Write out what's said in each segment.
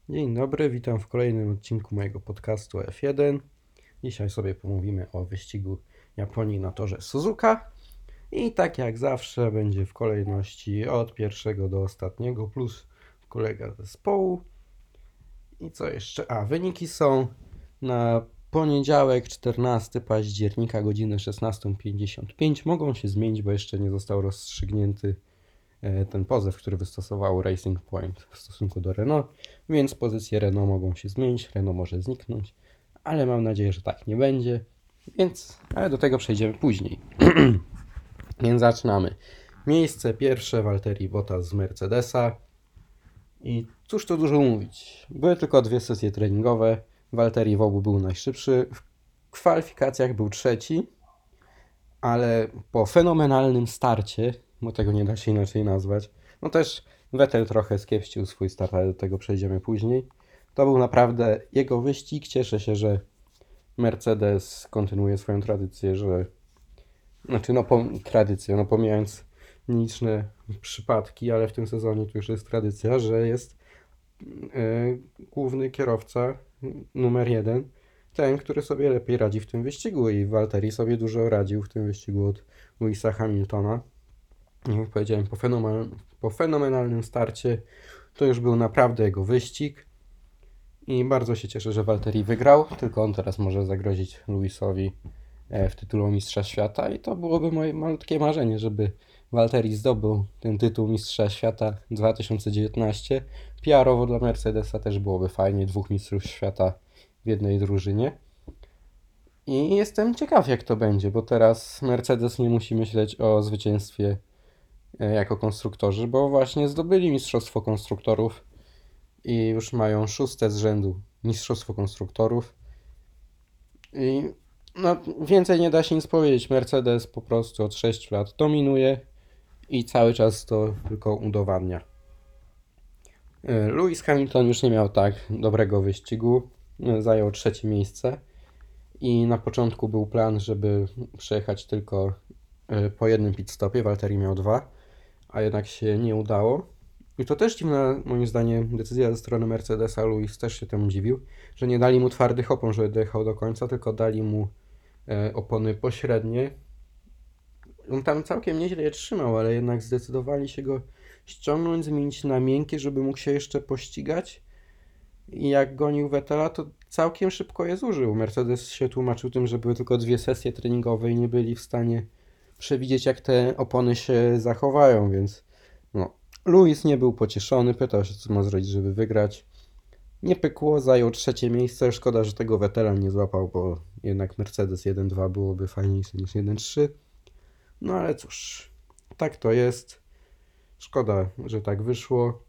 Dzień dobry, witam w kolejnym odcinku mojego podcastu F1. Dzisiaj sobie pomówimy o wyścigu Japonii na torze Suzuka. I tak jak zawsze będzie w kolejności od pierwszego do ostatniego plus kolega zespołu. I co jeszcze? Wyniki są na poniedziałek 14 października godzinę 16:55. Mogą się zmienić, bo jeszcze nie został rozstrzygnięty ten pozew, który wystosowało Racing Point w stosunku do Renault, więc pozycje Renault mogą się zmienić, Renault może zniknąć, ale mam nadzieję, że tak nie będzie, ale do tego przejdziemy później. Więc zaczynamy. Miejsce pierwsze Valtteri Bottas z Mercedesa i cóż tu dużo mówić. Były tylko 2 sesje treningowe, Valtteri w obu był najszybszy, w kwalifikacjach był trzeci, ale po fenomenalnym starcie, bo tego nie da się inaczej nazwać, no też Vettel trochę skiepścił swój start, ale do tego przejdziemy później. To był naprawdę jego wyścig. Cieszę się, że Mercedes kontynuuje swoją tradycję, tradycję, pomijając liczne przypadki, ale w tym sezonie to już jest tradycja, że jest główny kierowca numer 1, ten, który sobie lepiej radzi w tym wyścigu i Valtteri sobie dużo radził w tym wyścigu od Lewisa Hamiltona. Jak powiedziałem, po fenomenalnym starcie to już był naprawdę jego wyścig i bardzo się cieszę, że Valtteri wygrał, tylko on teraz może zagrozić Lewisowi w tytule Mistrza Świata i to byłoby moje malutkie marzenie, żeby Valtteri zdobył ten tytuł Mistrza Świata 2019. PR-owo dla Mercedesa też byłoby fajnie, 2 Mistrzów Świata w jednej drużynie. I jestem ciekaw, jak to będzie, bo teraz Mercedes nie musi myśleć o zwycięstwie jako konstruktorzy, bo właśnie zdobyli Mistrzostwo Konstruktorów i już mają 6. z rzędu Mistrzostwo Konstruktorów. I no, więcej nie da się nic powiedzieć. Mercedes po prostu od 6 lat dominuje i cały czas to tylko udowadnia. Lewis Hamilton już nie miał tak dobrego wyścigu. Zajął 3. miejsce i na początku był plan, żeby przejechać tylko po jednym pit stopie. Valtteri miał 2, a jednak się nie udało. I to też dziwna, moim zdaniem, decyzja ze strony Mercedesa. Lewis też się temu dziwił, że nie dali mu twardych opon, żeby dojechał do końca, tylko dali mu opony pośrednie. On tam całkiem nieźle je trzymał, ale jednak zdecydowali się go ściągnąć, zmienić na miękkie, żeby mógł się jeszcze pościgać. I jak gonił Vettela, to całkiem szybko je zużył. Mercedes się tłumaczył tym, że były tylko 2 sesje treningowe i nie byli w stanie przewidzieć, jak te opony się zachowają, więc no. Lewis nie był pocieszony, pytał się, co ma zrobić, żeby wygrać. Nie pykło, zajął 3. miejsce. Szkoda, że tego Vettela nie złapał, bo jednak Mercedes 1-2 byłoby fajniejsze niż 1-3. No ale cóż, tak to jest. Szkoda, że tak wyszło.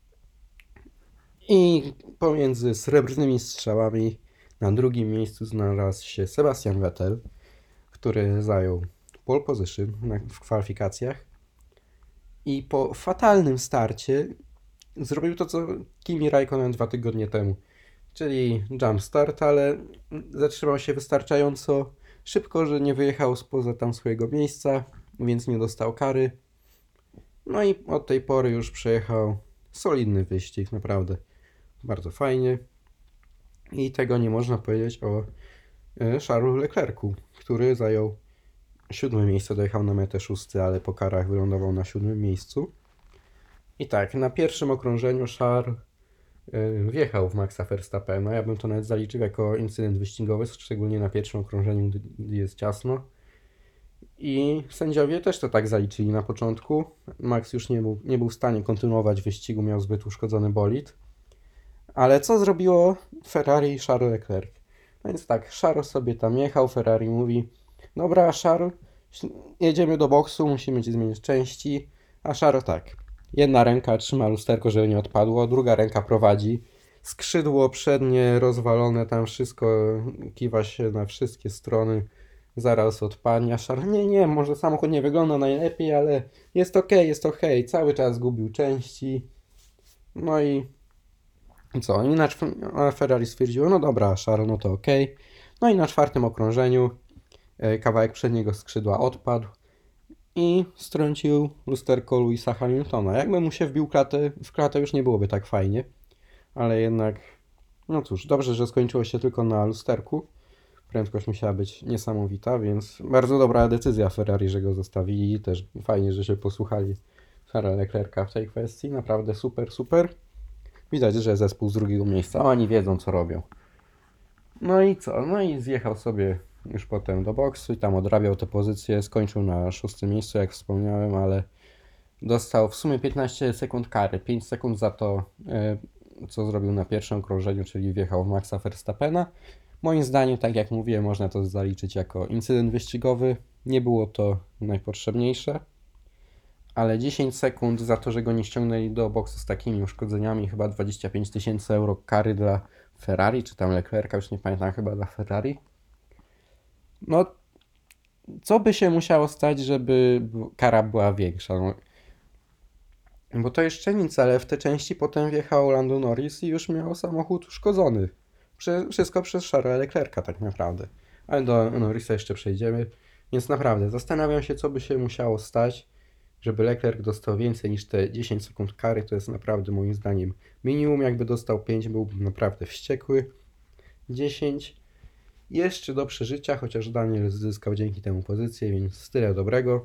I pomiędzy srebrnymi strzałami na drugim miejscu znalazł się Sebastian Vettel, który zajął pole position w kwalifikacjach. I po fatalnym starcie zrobił to, co Kimi Raikkonen 2 tygodnie temu. Czyli jump start, ale zatrzymał się wystarczająco szybko, że nie wyjechał spoza tam swojego miejsca, więc nie dostał kary. No i od tej pory już przejechał solidny wyścig, naprawdę bardzo fajnie. I tego nie można powiedzieć o Charlesu Leclercu, który zajął 7. miejsce, dojechał na metę 6, ale po karach wylądował na 7. miejscu. I tak, na pierwszym okrążeniu Charles wjechał w Maxa Verstappena. Ja bym to nawet zaliczył jako incydent wyścigowy, szczególnie na pierwszym okrążeniu, gdy jest ciasno. I sędziowie też to tak zaliczyli na początku. Max już nie był w stanie kontynuować wyścigu, miał zbyt uszkodzony bolid. Ale co zrobiło Ferrari i Charles Leclerc? No więc tak, Charles sobie tam jechał, Ferrari mówi: dobra, Charles, jedziemy do boksu, musimy ci zmienić części. A Charles tak, jedna ręka trzyma lusterko, żeby nie odpadło, druga ręka prowadzi. Skrzydło przednie rozwalone, tam wszystko kiwa się na wszystkie strony. Zaraz odpadnie. A Charles, nie, może samochód nie wygląda najlepiej, ale jest okej. Cały czas gubił części. No i co? Ferrari stwierdziło, no dobra, Charles, no to okej. No i na 4. okrążeniu kawałek przedniego skrzydła odpadł i strącił lusterko Lewisa Hamiltona. Jakby mu się wbił w klatę, już nie byłoby tak fajnie. ale jednak, no cóż, dobrze, że skończyło się tylko na lusterku. Prędkość musiała być niesamowita, więc bardzo dobra decyzja Ferrari, że go zostawili i też fajnie, że się posłuchali Charlesa Leclerca w tej kwestii. Naprawdę super, super. Widać, że zespół z drugiego miejsca, oni wiedzą co robią. No i co? No i zjechał sobie już potem do boksu i tam odrabiał te pozycje. Skończył na 6. miejscu, jak wspomniałem, ale dostał w sumie 15 sekund kary. 5 sekund za to, co zrobił na pierwszym okrążeniu, czyli wjechał w Maxa Verstappena. Moim zdaniem, tak jak mówiłem, można to zaliczyć jako incydent wyścigowy. Nie było to najpotrzebniejsze, ale 10 sekund za to, że go nie ściągnęli do boksu z takimi uszkodzeniami, chyba 25 000 euro kary dla Ferrari, czy tam Leclerca, już nie pamiętam, chyba dla Ferrari. No, co by się musiało stać, żeby kara była większa? No, bo to jeszcze nic, ale w te części potem wjechał Lando Norris i już miał samochód uszkodzony. Wszystko przez Charlesa Leclerca tak naprawdę. Ale do Norrisa jeszcze przejdziemy. Więc naprawdę zastanawiam się, co by się musiało stać, żeby Leclerc dostał więcej niż te 10 sekund kary. To jest naprawdę moim zdaniem minimum. Jakby dostał 5, byłbym naprawdę wściekły. 10 jeszcze do przeżycia, chociaż Daniel zyskał dzięki temu pozycję, więc tyle dobrego.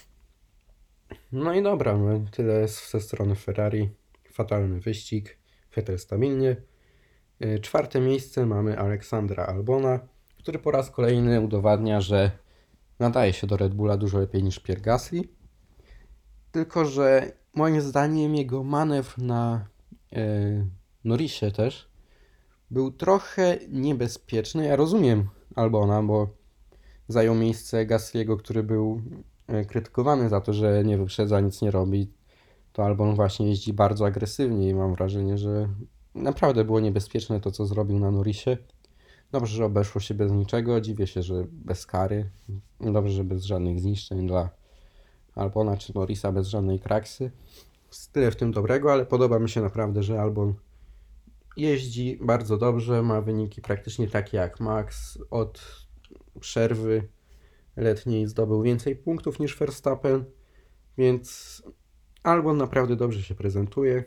No i dobra, no tyle ze strony Ferrari. Fatalny wyścig. Vettel stabilnie. 4. miejsce mamy Aleksandra Albona, który po raz kolejny udowadnia, że nadaje się do Red Bulla dużo lepiej niż Pierre Gasly. Tylko że moim zdaniem jego manewr na Norrisie też był trochę niebezpieczny. Ja rozumiem Albona, bo zajął miejsce Gasly'ego, który był krytykowany za to, że nie wyprzedza, nic nie robi. To Albon właśnie jeździ bardzo agresywnie i mam wrażenie, że naprawdę było niebezpieczne to, co zrobił na Norrisie. Dobrze, że obeszło się bez niczego. Dziwię się, że bez kary. Dobrze, że bez żadnych zniszczeń dla Albona czy Norrisa, bez żadnej kraksy. Tyle w tym dobrego, ale podoba mi się naprawdę, że Albon jeździ bardzo dobrze. Ma wyniki praktycznie takie jak Max. Od przerwy letniej zdobył więcej punktów niż Verstappen, więc Albon naprawdę dobrze się prezentuje.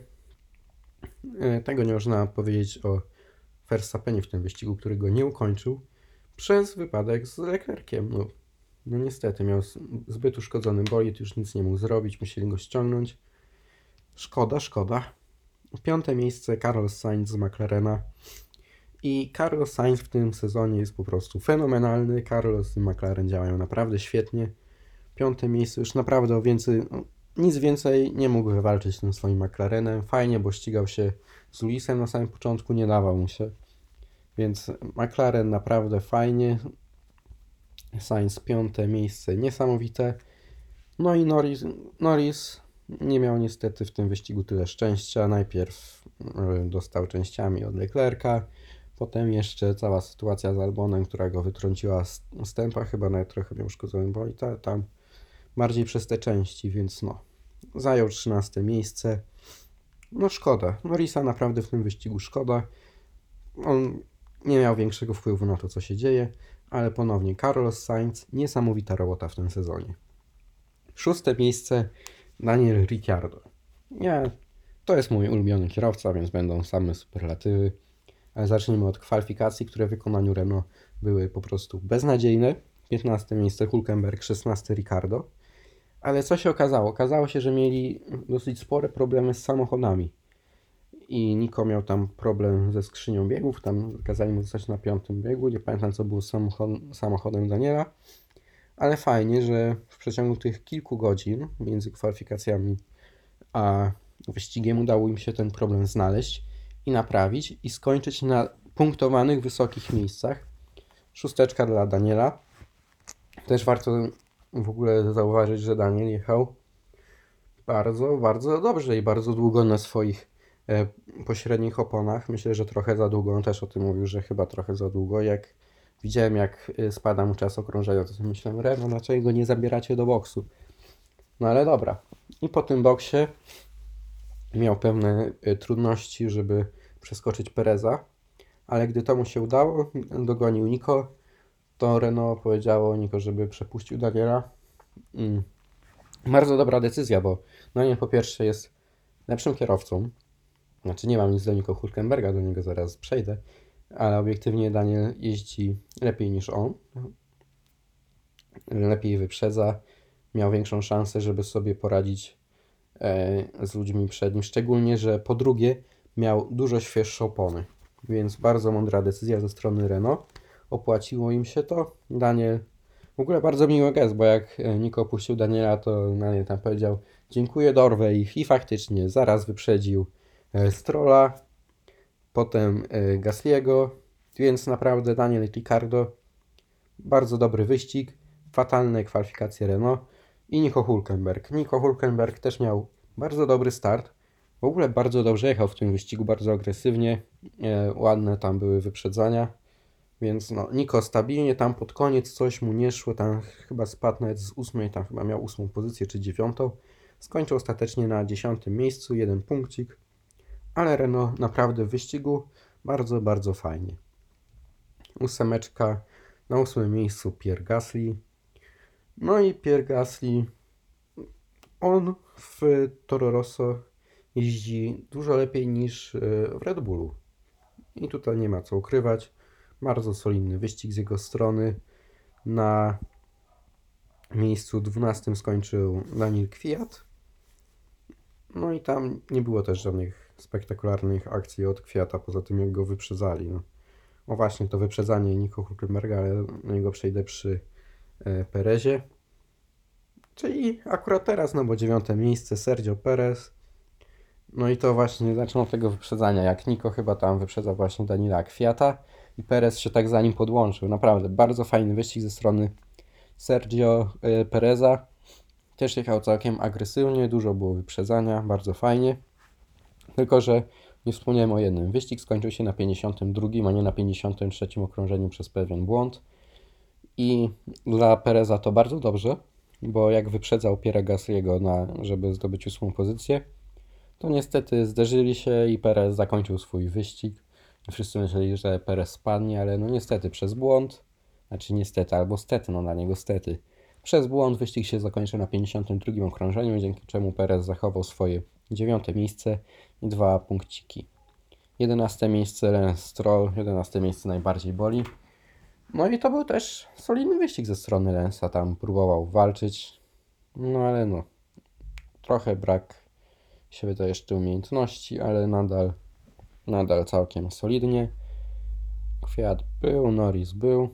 Tego nie można powiedzieć o Verstappenie w tym wyścigu, który go nie ukończył przez wypadek z Leclerciem. No niestety, miał zbyt uszkodzony bolid, już nic nie mógł zrobić, musieli go ściągnąć. Szkoda, szkoda. 5. miejsce Carlos Sainz z McLarena. I Carlos Sainz w tym sezonie jest po prostu fenomenalny. Carlos i McLaren działają naprawdę świetnie. 5. miejsce już naprawdę o więcej, nic więcej nie mógł wywalczyć tym swoim McLarenem. Fajnie, bo ścigał się z Lewisem na samym początku, nie dawał mu się. Więc McLaren naprawdę fajnie. Sainz 5. miejsce niesamowite. No i Norris nie miał niestety w tym wyścigu tyle szczęścia. Najpierw dostał częściami od Leclerca, potem jeszcze cała sytuacja z Albonem, która go wytrąciła z tempa, chyba nawet trochę miał uszkodzony bolid, ale tam bardziej przez te części, więc no. Zajął 13. miejsce. No szkoda. Norrisa naprawdę w tym wyścigu szkoda. On nie miał większego wpływu na to, co się dzieje, ale ponownie Carlos Sainz, niesamowita robota w tym sezonie. 6. miejsce Daniel Ricciardo. To jest mój ulubiony kierowca, więc będą same superlatywy. Ale zacznijmy od kwalifikacji, które w wykonaniu Renault były po prostu beznadziejne. 15. miejsce Hülkenberg, 16. Ricciardo. Ale co się okazało? Okazało się, że mieli dosyć spore problemy z samochodami. I Nico miał tam problem ze skrzynią biegów, tam kazali mu zostać na 5. biegu, nie pamiętam co było z samochodem Daniela, ale fajnie, że w przeciągu tych kilku godzin między kwalifikacjami a wyścigiem udało im się ten problem znaleźć i naprawić i skończyć na punktowanych wysokich miejscach. 6. dla Daniela. Też warto w ogóle zauważyć, że Daniel jechał bardzo, bardzo dobrze i bardzo długo na swoich pośrednich oponach. Myślę, że trochę za długo. On też o tym mówił, że chyba trochę za długo. Jak widziałem, jak spada mu czas okrążenia, to sobie myślałem, Renault, dlaczego go nie zabieracie do boksu? No ale dobra. I po tym boksie miał pewne trudności, żeby przeskoczyć Pereza, ale gdy to mu się udało, dogonił Nico, to Renault powiedziało Nico, żeby przepuścił Daniela. Bardzo dobra decyzja, bo Daniel po pierwsze jest lepszym kierowcą, Znaczy nie mam nic do Nico Hülkenberga, do niego zaraz przejdę, ale obiektywnie Daniel jeździ lepiej niż on. Lepiej wyprzedza, miał większą szansę, żeby sobie poradzić z ludźmi przed nim. Szczególnie, że po drugie miał dużo świeższe opony, więc bardzo mądra decyzja ze strony Renault. Opłaciło im się to. Daniel, w ogóle bardzo miły gest, bo jak Nico opuścił Daniela, to Daniel tam powiedział dziękuję, dorwę ich i faktycznie zaraz wyprzedził Strolla, potem Gasly'ego, więc naprawdę Daniel i Ricciardo, bardzo dobry wyścig, fatalne kwalifikacje Renault i Nico Hülkenberg. Nico Hülkenberg też miał bardzo dobry start, w ogóle bardzo dobrze jechał w tym wyścigu, bardzo agresywnie, ładne tam były wyprzedzania, więc no, Nico stabilnie, tam pod koniec coś mu nie szło, tam chyba spadł nawet z 8, tam chyba miał 8 pozycję czy 9, skończył ostatecznie na 10 miejscu, 1 punkcik, ale Renault naprawdę w wyścigu bardzo, bardzo fajnie. 8 na 8 miejscu Pierre Gasly. No i Pierre Gasly, on w Toro Rosso jeździ dużo lepiej niż w Red Bullu. I tutaj nie ma co ukrywać. Bardzo solidny wyścig z jego strony. Na miejscu 12 skończył Daniel Kwiat. No i tam nie było też żadnych spektakularnych akcji od Kwiata, poza tym jak go wyprzedzali. No. O właśnie, to wyprzedzanie Nico Hülkenberga, ale na niego przejdę przy Perezie. Czyli akurat teraz, no bo 9 miejsce Sergio Perez. No i to właśnie zacznę od tego wyprzedzania, jak Nico chyba tam wyprzedza właśnie Daniela Kwiata i Perez się tak za nim podłączył. Naprawdę bardzo fajny wyścig ze strony Sergio Pereza. Też jechał całkiem agresywnie, dużo było wyprzedzania, bardzo fajnie. Tylko że nie wspomniałem o jednym. Wyścig skończył się na 52, a nie na 53 okrążeniu przez pewien błąd. I dla Pereza to bardzo dobrze, bo jak wyprzedzał Pierre'a Gasly'ego, żeby zdobyć 8 pozycję, to niestety zderzyli się i Perez zakończył swój wyścig. Wszyscy myśleli, że Perez spadnie, ale no niestety przez błąd, znaczy niestety albo stety, no dla niego stety, przez błąd wyścig się zakończył na 52 okrążeniu, dzięki czemu Perez zachował swoje 9 miejsce i 2 punkciki. 11 miejsce Lance Stroll, 11 miejsce najbardziej boli. No i to był też solidny wyścig ze strony Lensa, tam próbował walczyć, no ale no, trochę brak się wydaje jeszcze umiejętności, ale nadal całkiem solidnie. Kwiat był, Norris był,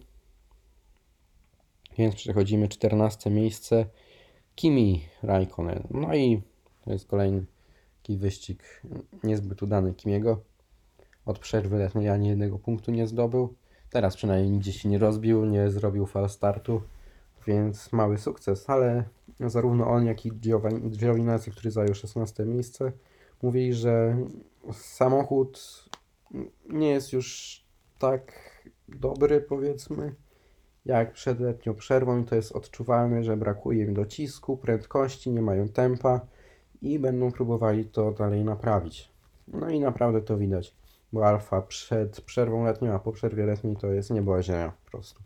więc przechodzimy 14 miejsce, Kimi Raikkonen. No i to jest kolejny taki wyścig niezbyt udany Kimiego. Od przerwy letniej ani jednego punktu nie zdobył. Teraz przynajmniej nigdzie się nie rozbił, nie zrobił fal startu, więc mały sukces, ale zarówno on, jak i Giovinazzi, który zajął 16 miejsce, mówili, że samochód nie jest już tak dobry, powiedzmy, jak przed letnią przerwą i to jest odczuwalne, że brakuje im docisku, prędkości, nie mają tempa i będą próbowali to dalej naprawić. No i naprawdę to widać, bo Alfa przed przerwą letnią, a po przerwie letniej to jest niebo a ziemia po prostu.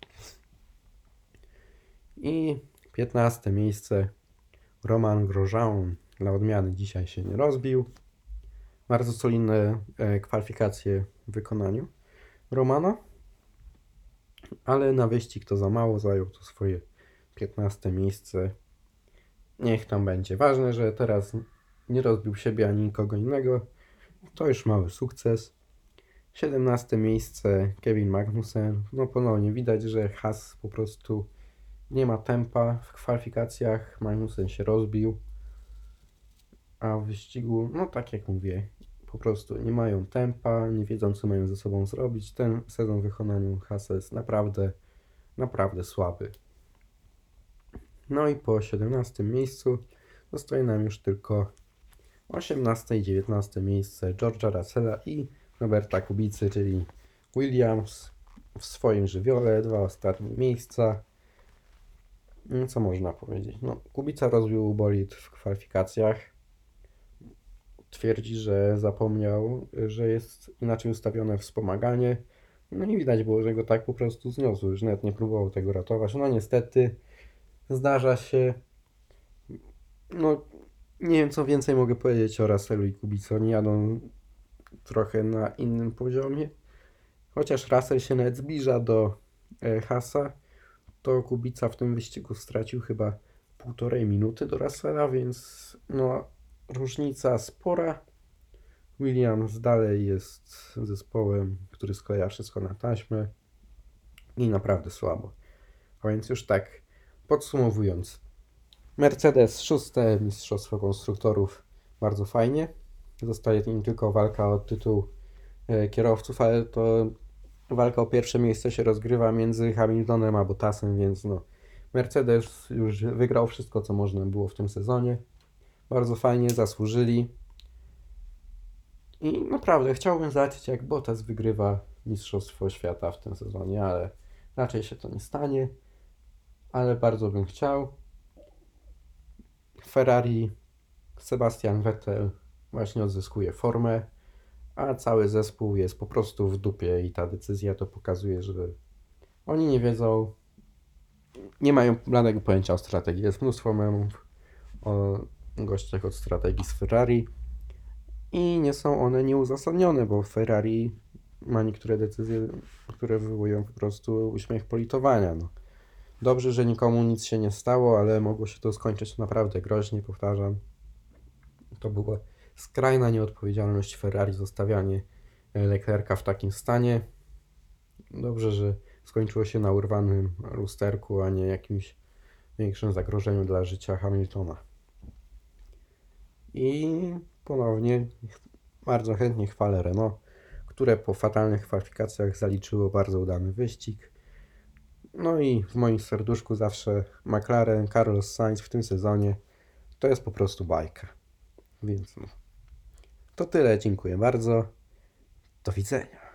I 15 miejsce Romain Grosjean, dla odmiany dzisiaj się nie rozbił. Bardzo solidne kwalifikacje w wykonaniu Romana, ale na wyścig to za mało, zajął to swoje 15 miejsce. Niech tam będzie. Ważne, że teraz nie rozbił siebie ani nikogo innego. To już mały sukces. 17 miejsce Kevin Magnussen. No ponownie widać, że Haas po prostu nie ma tempa w kwalifikacjach. Magnussen się rozbił. A w wyścigu, no tak jak mówię, po prostu nie mają tempa, nie wiedzą co mają ze sobą zrobić. Ten sezon w wykonaniu Haasa jest naprawdę, naprawdę słaby. No i po 17 miejscu zostaje nam już tylko 18 i 19 miejsce George'a Russella i Roberta Kubicy, czyli Williams w swoim żywiole, 2 ostatnie miejsca. Co można powiedzieć? No, Kubica rozbił bolid w kwalifikacjach. Twierdzi, że zapomniał, że jest inaczej ustawione wspomaganie. No i widać było, że go tak po prostu zniosło, już nawet nie próbował tego ratować. No niestety zdarza się. No nie wiem co więcej mogę powiedzieć o Russellu i Kubicy. Oni jadą trochę na innym poziomie. Chociaż Russell się nawet zbliża do Haasa, to Kubica w tym wyścigu stracił chyba 1,5 minuty do Russella, więc no różnica spora. Williams dalej jest zespołem, który skleja wszystko na taśmę i naprawdę słabo. A więc już tak podsumowując. Mercedes 6. Mistrzostwo Konstruktorów, bardzo fajnie. Zostaje im tylko walka o tytuł kierowców, ale to walka o pierwsze miejsce się rozgrywa między Hamiltonem a Bottasem, więc no Mercedes już wygrał wszystko, co można było w tym sezonie. Bardzo fajnie, zasłużyli. I naprawdę chciałbym zobaczyć, jak Bottas wygrywa Mistrzostwo Świata w tym sezonie, ale raczej się to nie stanie. Ale bardzo bym chciał. Ferrari, Sebastian Vettel właśnie odzyskuje formę, a cały zespół jest po prostu w dupie i ta decyzja to pokazuje, że oni nie wiedzą, nie mają bladego pojęcia o strategii. Jest mnóstwo memów o gościach od strategii z Ferrari i nie są one nieuzasadnione, bo Ferrari ma niektóre decyzje, które wywołują po prostu uśmiech politowania. No. Dobrze, że nikomu nic się nie stało, ale mogło się to skończyć naprawdę groźnie, powtarzam. To była skrajna nieodpowiedzialność Ferrari, zostawianie Leclerca w takim stanie. Dobrze, że skończyło się na urwanym lusterku, a nie jakimś większym zagrożeniu dla życia Hamiltona. I ponownie bardzo chętnie chwalę Renault, które po fatalnych kwalifikacjach zaliczyło bardzo udany wyścig. No i w moim serduszku zawsze McLaren, Carlos Sainz w tym sezonie to jest po prostu bajka. Więc no, to tyle, dziękuję bardzo. Do widzenia.